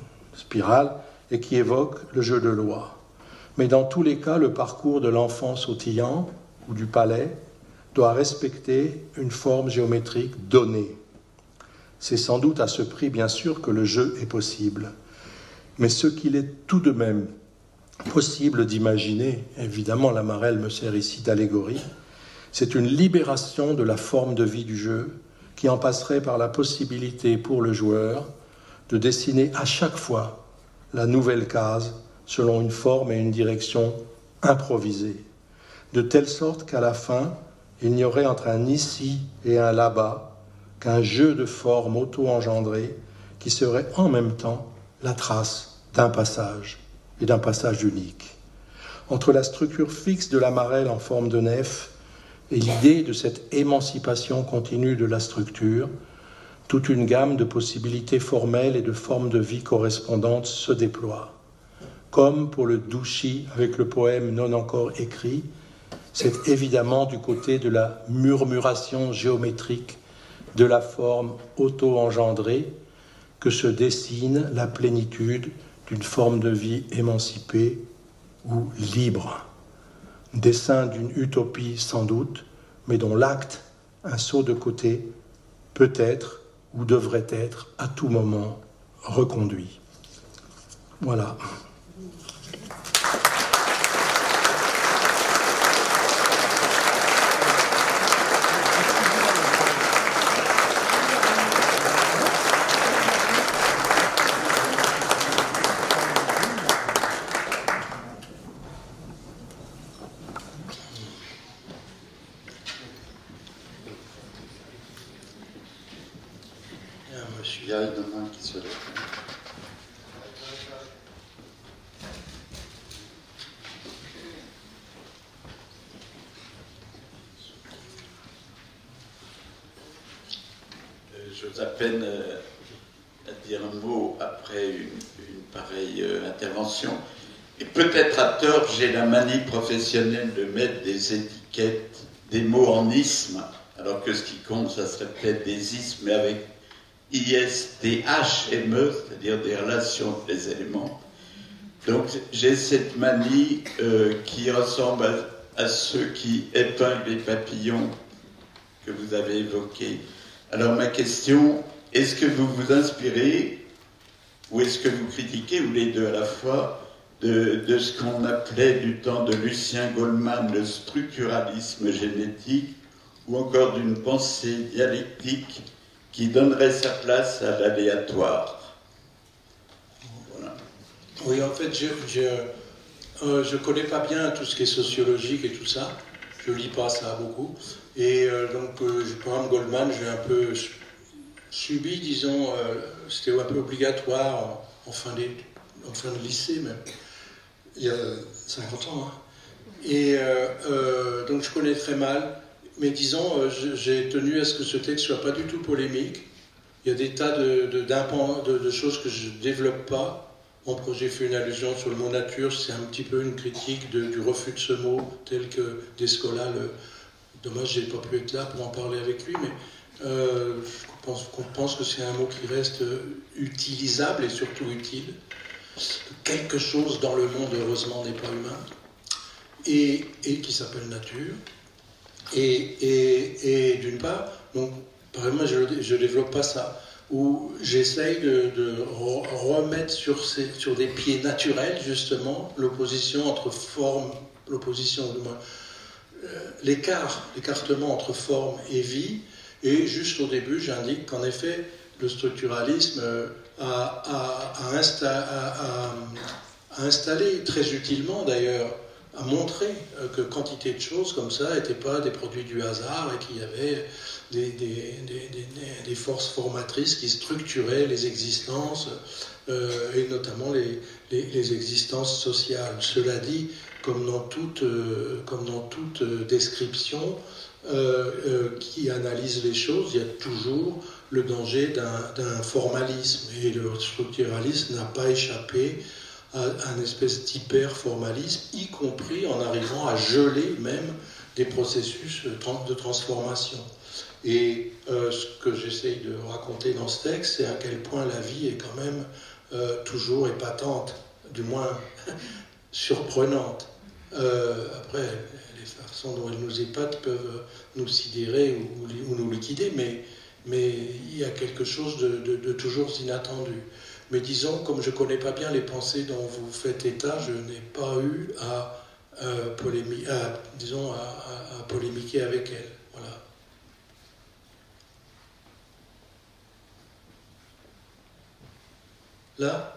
qui évoque le jeu de loi. Mais dans tous les cas, le parcours de l'enfant sautillant ou du palais doit respecter une forme géométrique donnée. C'est sans doute à ce prix, bien sûr, que le jeu est possible. Mais ce qu'il est tout de même possible d'imaginer, évidemment la marelle me sert ici d'allégorie, c'est une libération de la forme de vie du jeu qui en passerait par la possibilité pour le joueur de dessiner à chaque fois la nouvelle case selon une forme et une direction improvisées, de telle sorte qu'à la fin, il n'y aurait entre un ici et un là-bas qu'un jeu de formes auto-engendrées qui serait en même temps la trace d'un passage et d'un passage unique. Entre la structure fixe de la marelle en forme de nef et l'idée de cette émancipation continue de la structure, toute une gamme de possibilités formelles et de formes de vie correspondantes se déploie. Comme pour le douchi avec le poème non encore écrit, c'est évidemment du côté de la murmuration géométrique de la forme auto-engendrée que se dessine la plénitude d'une forme de vie émancipée ou libre. Dessin d'une utopie sans doute, mais dont l'acte, un saut de côté, peut être ou devrait être à tout moment reconduit. Voilà. Il y a une main qui se lève. J'ose à peine à dire un mot après une pareille intervention. Et peut-être à tort, j'ai la manie professionnelle de mettre des étiquettes, des mots en isme, alors que ce qui compte, ça serait peut-être des ismes, mais avec ISTHME, c'est-à-dire des relations entre les éléments. Donc j'ai cette manie qui ressemble à ceux qui épinglent les papillons que vous avez évoqués. Alors ma question, est-ce que vous vous inspirez ou est-ce que vous critiquez, ou les deux à la fois, de ce qu'on appelait du temps de Lucien Goldman le structuralisme génétique, ou encore d'une pensée dialectique qui donnerait sa place à l'aléatoire? Voilà. Oui, en fait, je connais pas bien tout ce qui est sociologique et tout ça. Je lis pas ça beaucoup. Et donc, le programme Goldman, j'ai un peu subi, disons, c'était un peu obligatoire en fin de lycée même, il y a 50 ans. Hein. Et donc, je connais très mal. Mais disons, j'ai tenu à ce que ce texte soit pas du tout polémique. Il y a des tas de choses que je ne développe pas. Mon projet fait une allusion sur le mot nature. C'est un petit peu une critique du refus de ce mot, tel que Descola. Dommage, je n'ai pas pu être là pour en parler avec lui, mais je pense que c'est un mot qui reste utilisable et surtout utile. Quelque chose dans le monde, heureusement, n'est pas humain. Et qui s'appelle nature. Et d'une part, donc, par exemple, je ne développe pas ça, où j'essaye de remettre sur des pieds naturels, justement, l'opposition entre forme, l'écartement entre forme et vie, et juste au début, j'indique qu'en effet, le structuralisme a installé, très utilement d'ailleurs, à montrer que quantité de choses comme ça n'étaient pas des produits du hasard et qu'il y avait des forces formatrices qui structuraient les existences et notamment les existences sociales. Cela dit, comme dans toute description qui analyse les choses, il y a toujours le danger d'un formalisme, et le structuralisme n'a pas échappé à un espèce d'hyper-formalisme, y compris en arrivant à geler même des processus de transformation. Et ce que j'essaye de raconter dans ce texte, c'est à quel point la vie est quand même toujours épatante, du moins surprenante. Après, les façons dont elle nous épate peuvent nous sidérer ou nous liquider, mais il y a quelque chose de toujours inattendu. Mais disons, comme je ne connais pas bien les pensées dont vous faites état, je n'ai pas eu à polémiquer avec elle. Voilà. Là,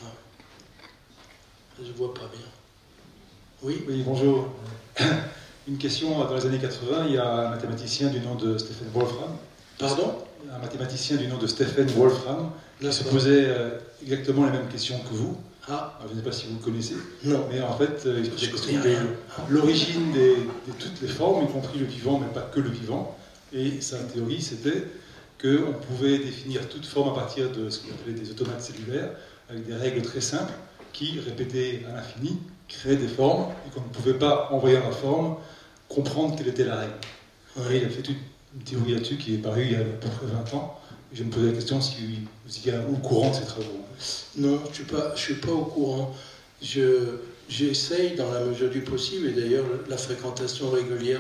je ne vois pas bien. Oui. Oui, bonjour. Une question, dans les années 80, il y a un mathématicien du nom de Stephen Wolfram. Pardon ? Un mathématicien du nom de Stephen Wolfram qui se posait exactement les mêmes questions que vous. Ah. Alors, je ne sais pas si vous le connaissez. Non. Mais en fait, il se posait la question de l'origine de toutes les formes, y compris le vivant, mais pas que le vivant. Et sa théorie, c'était qu'on pouvait définir toute forme à partir de ce qu'on appelait des automates cellulaires, avec des règles très simples qui, répétées à l'infini, créaient des formes, et qu'on ne pouvait pas, en voyant la forme, comprendre quelle était la règle. Ouais. Et il a fait toute une théorie là-dessus qui est parue il y a à peu près 20 ans. Et je me posais la question si vous étiez au courant de ces travaux. Non, je ne suis pas au courant. J'essaye, dans la mesure du possible, et d'ailleurs la fréquentation régulière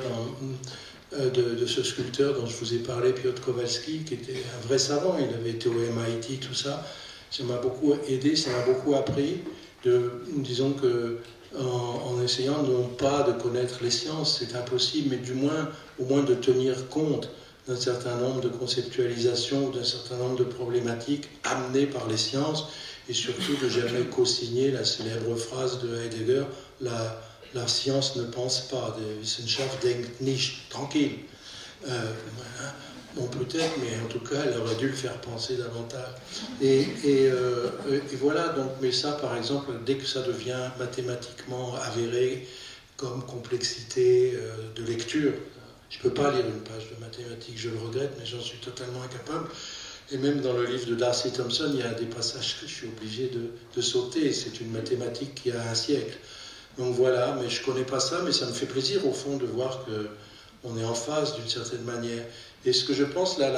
de ce sculpteur dont je vous ai parlé, Piotr Kowalski, qui était un vrai savant, il avait été au MIT, tout ça. Ça m'a beaucoup aidé, ça m'a beaucoup appris. Disons que en essayant non pas de connaître les sciences, c'est impossible, mais au moins de tenir compte d'un certain nombre de conceptualisations, d'un certain nombre de problématiques amenées par les sciences, et surtout de jamais co-signer la célèbre phrase de Heidegger, la science ne pense pas, die Wissenschaft denkt nicht, tranquille. Voilà. Bon, peut-être, mais en tout cas, elle aurait dû le faire penser davantage. Et voilà, donc, mais ça, par exemple, dès que ça devient mathématiquement avéré comme complexité de lecture, je ne peux pas lire une page de mathématiques, je le regrette, mais j'en suis totalement incapable. Et même dans le livre de Darcy Thompson, il y a des passages que je suis obligé de sauter. C'est une mathématique qui a un siècle. Donc voilà, mais je ne connais pas ça, mais ça me fait plaisir au fond de voir qu'on est en phase d'une certaine manière. Et ce que je pense, là,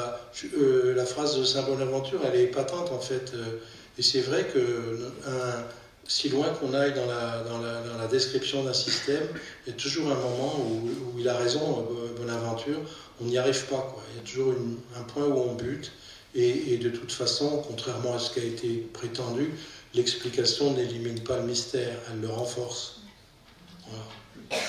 la phrase de Saint-Bonaventure, elle est épatante en fait. Et c'est vrai que si loin qu'on aille dans la description d'un système, il y a toujours un moment où il a raison, Bonaventure, on n'y arrive pas, quoi. Il y a toujours un point où on bute, et de toute façon, contrairement à ce qui a été prétendu, l'explication n'élimine pas le mystère, elle le renforce. Voilà.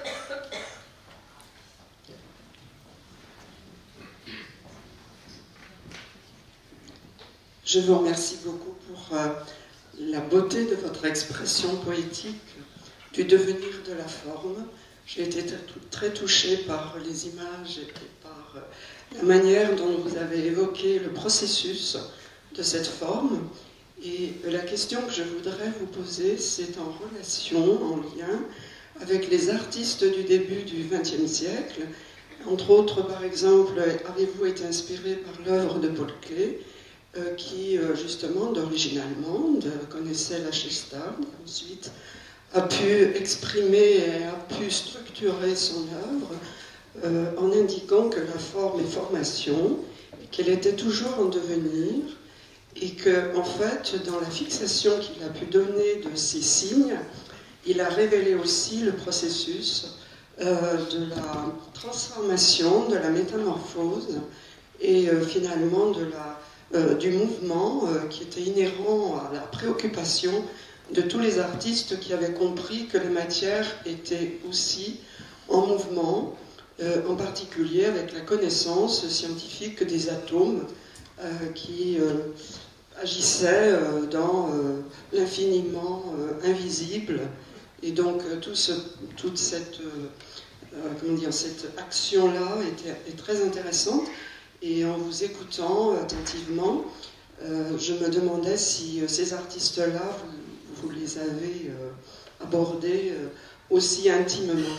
Je vous remercie beaucoup pour la beauté de votre expression poétique du devenir de la forme. J'ai été très touchée par les images et par la manière dont vous avez évoqué le processus de cette forme. Et la question que je voudrais vous poser, c'est en relation, en lien avec les artistes du début du XXe siècle. Entre autres, par exemple, avez-vous été inspiré par l'œuvre de Paul Klee, qui, justement, d'origine allemande, connaissait la Gestalt, ensuite a pu exprimer et a pu structurer son œuvre en indiquant que la forme est formation, qu'elle était toujours en devenir, et que, en fait, dans la fixation qu'il a pu donner de ces signes, il a révélé aussi le processus de la transformation, de la métamorphose, et finalement du mouvement qui était inhérent à la préoccupation de tous les artistes qui avaient compris que les matières étaient aussi en mouvement, en particulier avec la connaissance scientifique des atomes qui agissaient dans l'infiniment invisible Et donc toute cette, cette action-là est très intéressante. Et en vous écoutant attentivement, je me demandais si ces artistes-là, vous les avez abordés aussi intimement.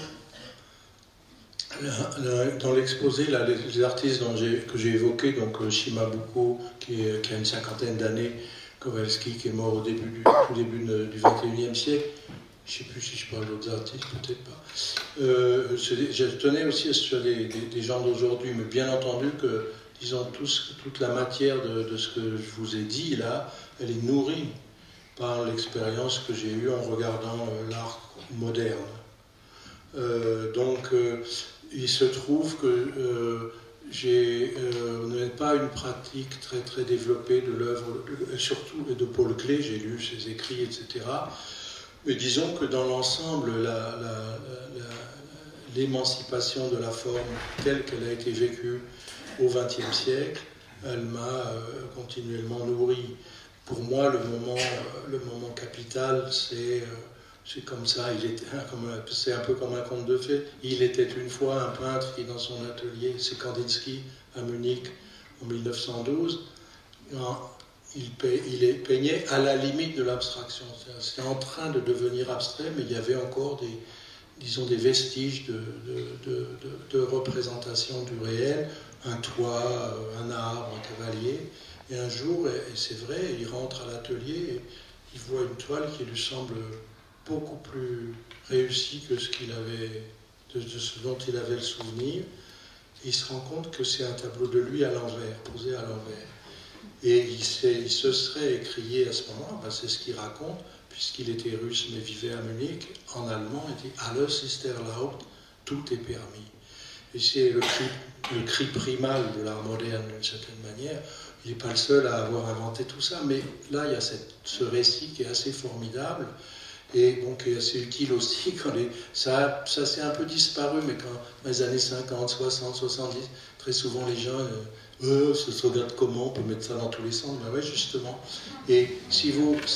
Dans l'exposé, les artistes que j'ai évoqués, donc Shimabuko, qui a une 50aine d'années, Kowalski, qui est mort au début du XXIe siècle, je ne sais plus si je parle d'autres artistes, peut-être pas. Je tenais aussi sur des gens d'aujourd'hui, mais bien entendu que, disons, toute la matière de ce que je vous ai dit là, elle est nourrie par l'expérience que j'ai eue en regardant l'art moderne. Donc, il se trouve que on n'a pas une pratique très très développée de l'œuvre, surtout de Paul Klee, j'ai lu ses écrits, etc. Mais disons que dans l'ensemble, l'émancipation de la forme telle qu'elle a été vécue au XXe siècle, elle m'a continuellement nourri. Pour moi, le moment capital, c'est comme ça, c'est un peu comme un conte de fées. Il était une fois un peintre qui, dans son atelier, c'est Kandinsky, à Munich, en 1912, il peignait à la limite de l'abstraction. C'était en train de devenir abstrait, mais il y avait encore des vestiges de représentation du réel, un toit, un arbre, un cavalier. Et un jour, et c'est vrai, il rentre à l'atelier et il voit une toile qui lui semble beaucoup plus réussi que ce dont il avait le souvenir. Et il se rend compte que c'est un tableau de lui à l'envers, posé à l'envers. Et il se serait écrié à ce moment-là, c'est ce qu'il raconte, puisqu'il était russe mais vivait à Munich, en allemand, il dit « Alles ist erlaubt, tout est permis ». Et c'est le cri primal de l'art moderne, d'une certaine manière. Il n'est pas le seul à avoir inventé tout ça, mais là, il y a ce récit qui est assez formidable, et bon, qui est assez utile aussi. Ça s'est un peu disparu, mais quand dans les années 50, 60, 70, très souvent les gens ça se regarde comment, on peut mettre ça dans tous les sens. Ben ouais, justement. Et ça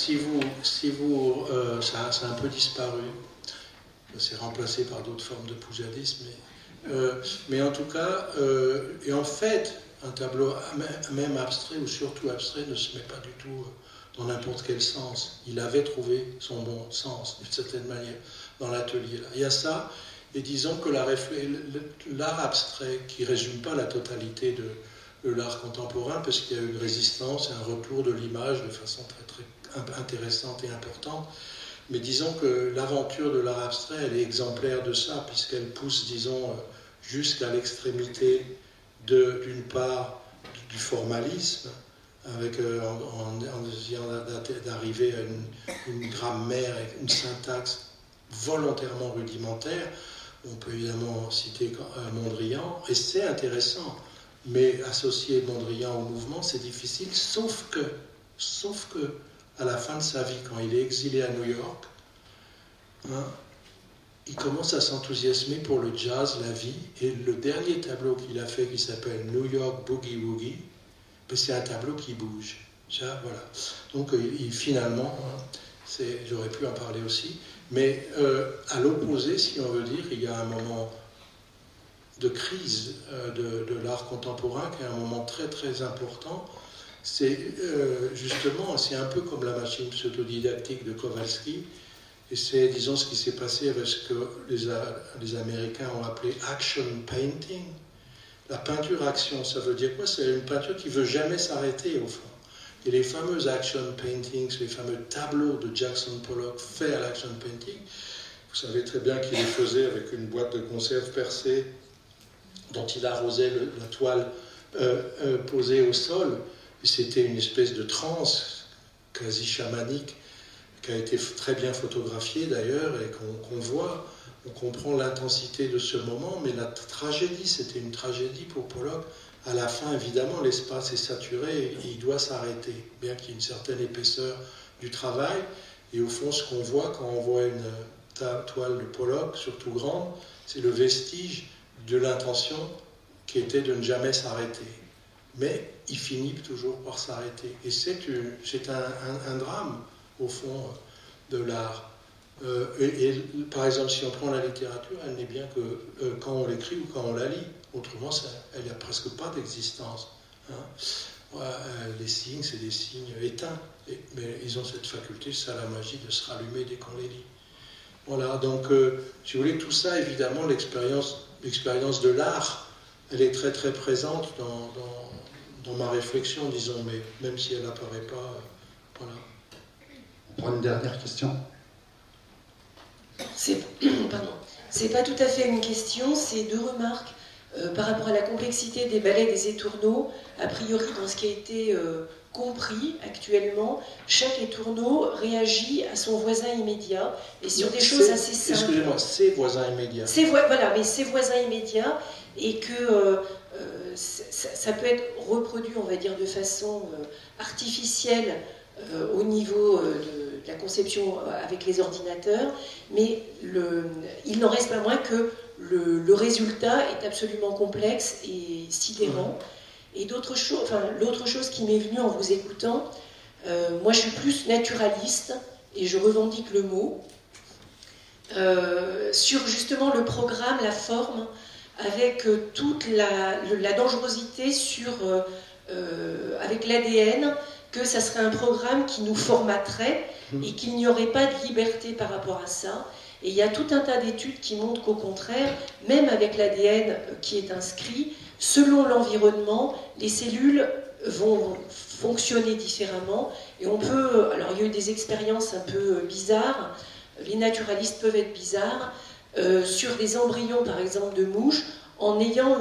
a un peu disparu. C'est remplacé par d'autres formes de poujadisme. Mais en tout cas, et en fait, un tableau même abstrait ou surtout abstrait ne se met pas du tout dans n'importe quel sens. Il avait trouvé son bon sens, d'une certaine manière, dans l'atelier. Il y a ça, et disons que l'art abstrait, qui ne résume pas la totalité de l'art contemporain, parce qu'il y a une résistance et un retour de l'image de façon très, très intéressante et importante, mais disons que l'aventure de l'art abstrait, elle est exemplaire de ça, puisqu'elle pousse, disons, jusqu'à l'extrémité d'une part du formalisme, en essayant d'arriver à une grammaire et une syntaxe volontairement rudimentaire. On peut évidemment citer Mondrian, et c'est intéressant, mais associer Mondrian au mouvement, c'est difficile, sauf que à la fin de sa vie, quand il est exilé à New York, il commence à s'enthousiasmer pour le jazz, la vie, et le dernier tableau qu'il a fait, qui s'appelle New York Boogie Woogie, c'est un tableau qui bouge. Ça, voilà. Donc finalement, j'aurais pu en parler aussi, mais à l'opposé, si on veut dire, il y a un moment de crise de l'art contemporain qui est un moment très très important. C'est justement, c'est un peu comme la machine pseudodidactique de Kowalski, et c'est, disons, ce qui s'est passé avec ce que les Américains ont appelé action painting. La peinture action, ça veut dire quoi? C'est une peinture qui ne veut jamais s'arrêter, au fond. Et les fameux action paintings, les fameux tableaux de Jackson Pollock faits à l'action painting, vous savez très bien qu'il les faisait avec une boîte de conserve percée dont il arrosait la toile posée au sol. Et c'était une espèce de transe quasi chamanique qui a été très bien photographiée d'ailleurs et qu'on voit. On comprend l'intensité de ce moment, mais la tragédie, c'était une tragédie pour Pollock. À la fin, évidemment, l'espace est saturé et il doit s'arrêter, bien qu'il y ait une certaine épaisseur du travail. Et au fond, ce qu'on voit quand on voit une toile de Pollock, surtout grande, c'est le vestige de l'intention qui était de ne jamais s'arrêter. Mais il finit toujours par s'arrêter. Et c'est un drame, au fond, de l'art. Par exemple, si on prend la littérature, elle n'est bien que quand on l'écrit ou quand on la lit. Autrement, elle n'a presque pas d'existence. Hein. Les signes, c'est des signes éteints. Mais ils ont cette faculté, c'est la magie, de se rallumer dès qu'on les lit. Voilà, donc, si vous voulez, tout ça, évidemment, l'expérience de l'art, elle est très très présente dans ma réflexion, disons, mais même si elle n'apparaît pas, voilà. On prend une dernière question. C'est pas tout à fait une question, c'est deux remarques par rapport à la complexité des ballets des étourneaux. A priori, dans ce qui a été compris actuellement, chaque étourneau réagit à son voisin immédiat et sur des choses assez simples. Excusez-moi, ses voisins immédiats. Voilà, mais ses voisins immédiats, et que ça peut être reproduit, on va dire, de façon artificielle au niveau de la conception avec les ordinateurs, mais il n'en reste pas moins que le résultat est absolument complexe et sidérant. Et l'autre chose qui m'est venue en vous écoutant, moi je suis plus naturaliste, et je revendique le mot, sur justement le programme, la forme, avec toute la dangerosité avec l'ADN, que ça serait un programme qui nous formaterait et qu'il n'y aurait pas de liberté par rapport à ça. Et il y a tout un tas d'études qui montrent qu'au contraire, même avec l'ADN qui est inscrit, selon l'environnement, les cellules vont fonctionner différemment. Et on peut... Alors, il y a eu des expériences un peu bizarres, les naturalistes peuvent être bizarres, sur des embryons, par exemple, de mouches, en ayant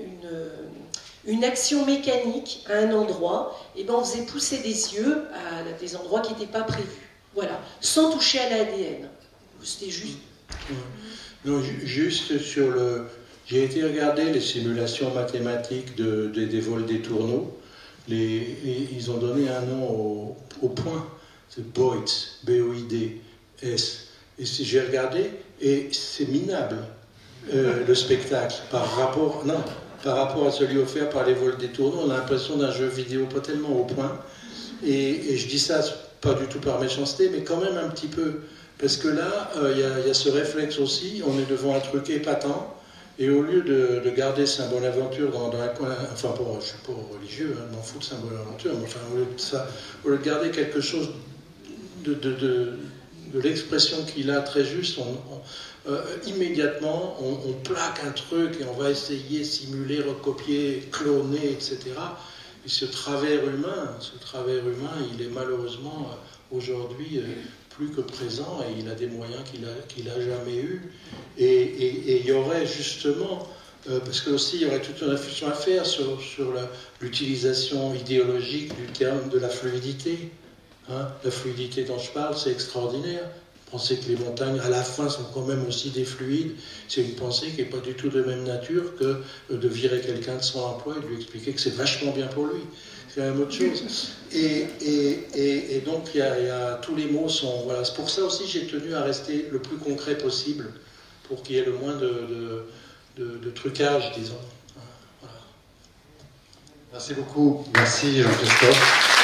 une action mécanique à un endroit, et ben on faisait pousser des yeux à des endroits qui n'étaient pas prévus. Voilà, sans toucher à l'ADN. C'était juste... Non, juste sur le... J'ai été regarder les simulations mathématiques des vols des tourneaux. Ils ont donné un nom au point. C'est BOIDS, B-O-I-D-S. Et j'ai regardé, et c'est minable, le spectacle, par rapport à celui offert par les vols des tourneaux. On a l'impression d'un jeu vidéo pas tellement au point. Et je dis ça pas du tout par méchanceté, mais quand même un petit peu. Parce que là, il y a ce réflexe aussi, on est devant un truc épatant, et au lieu de garder Saint-Bonaventure dans un coin, enfin, je ne suis pas religieux, je m'en fous de Saint-Bonaventure, mais enfin, au lieu de garder quelque chose de l'expression qu'il a très juste, immédiatement, on plaque un truc et on va essayer, simuler, recopier, cloner, etc. Et ce travers humain, il est malheureusement aujourd'hui plus que présent, et il a des moyens qu'il n'a jamais eus. Et il y aurait justement, parce que aussi il y aurait toute une réflexion à faire sur l'utilisation idéologique du terme de la fluidité. Hein, la fluidité dont je parle, c'est extraordinaire. Penser que les montagnes, à la fin, sont quand même aussi des fluides, c'est une pensée qui n'est pas du tout de même nature que de virer quelqu'un de son emploi et de lui expliquer que c'est vachement bien pour lui. C'est quand même autre chose. Et donc, tous les mots sont... Voilà. C'est pour ça aussi j'ai tenu à rester le plus concret possible, pour qu'il y ait le moins de trucage, disons. Voilà. Merci beaucoup. Merci Jean-Christophe.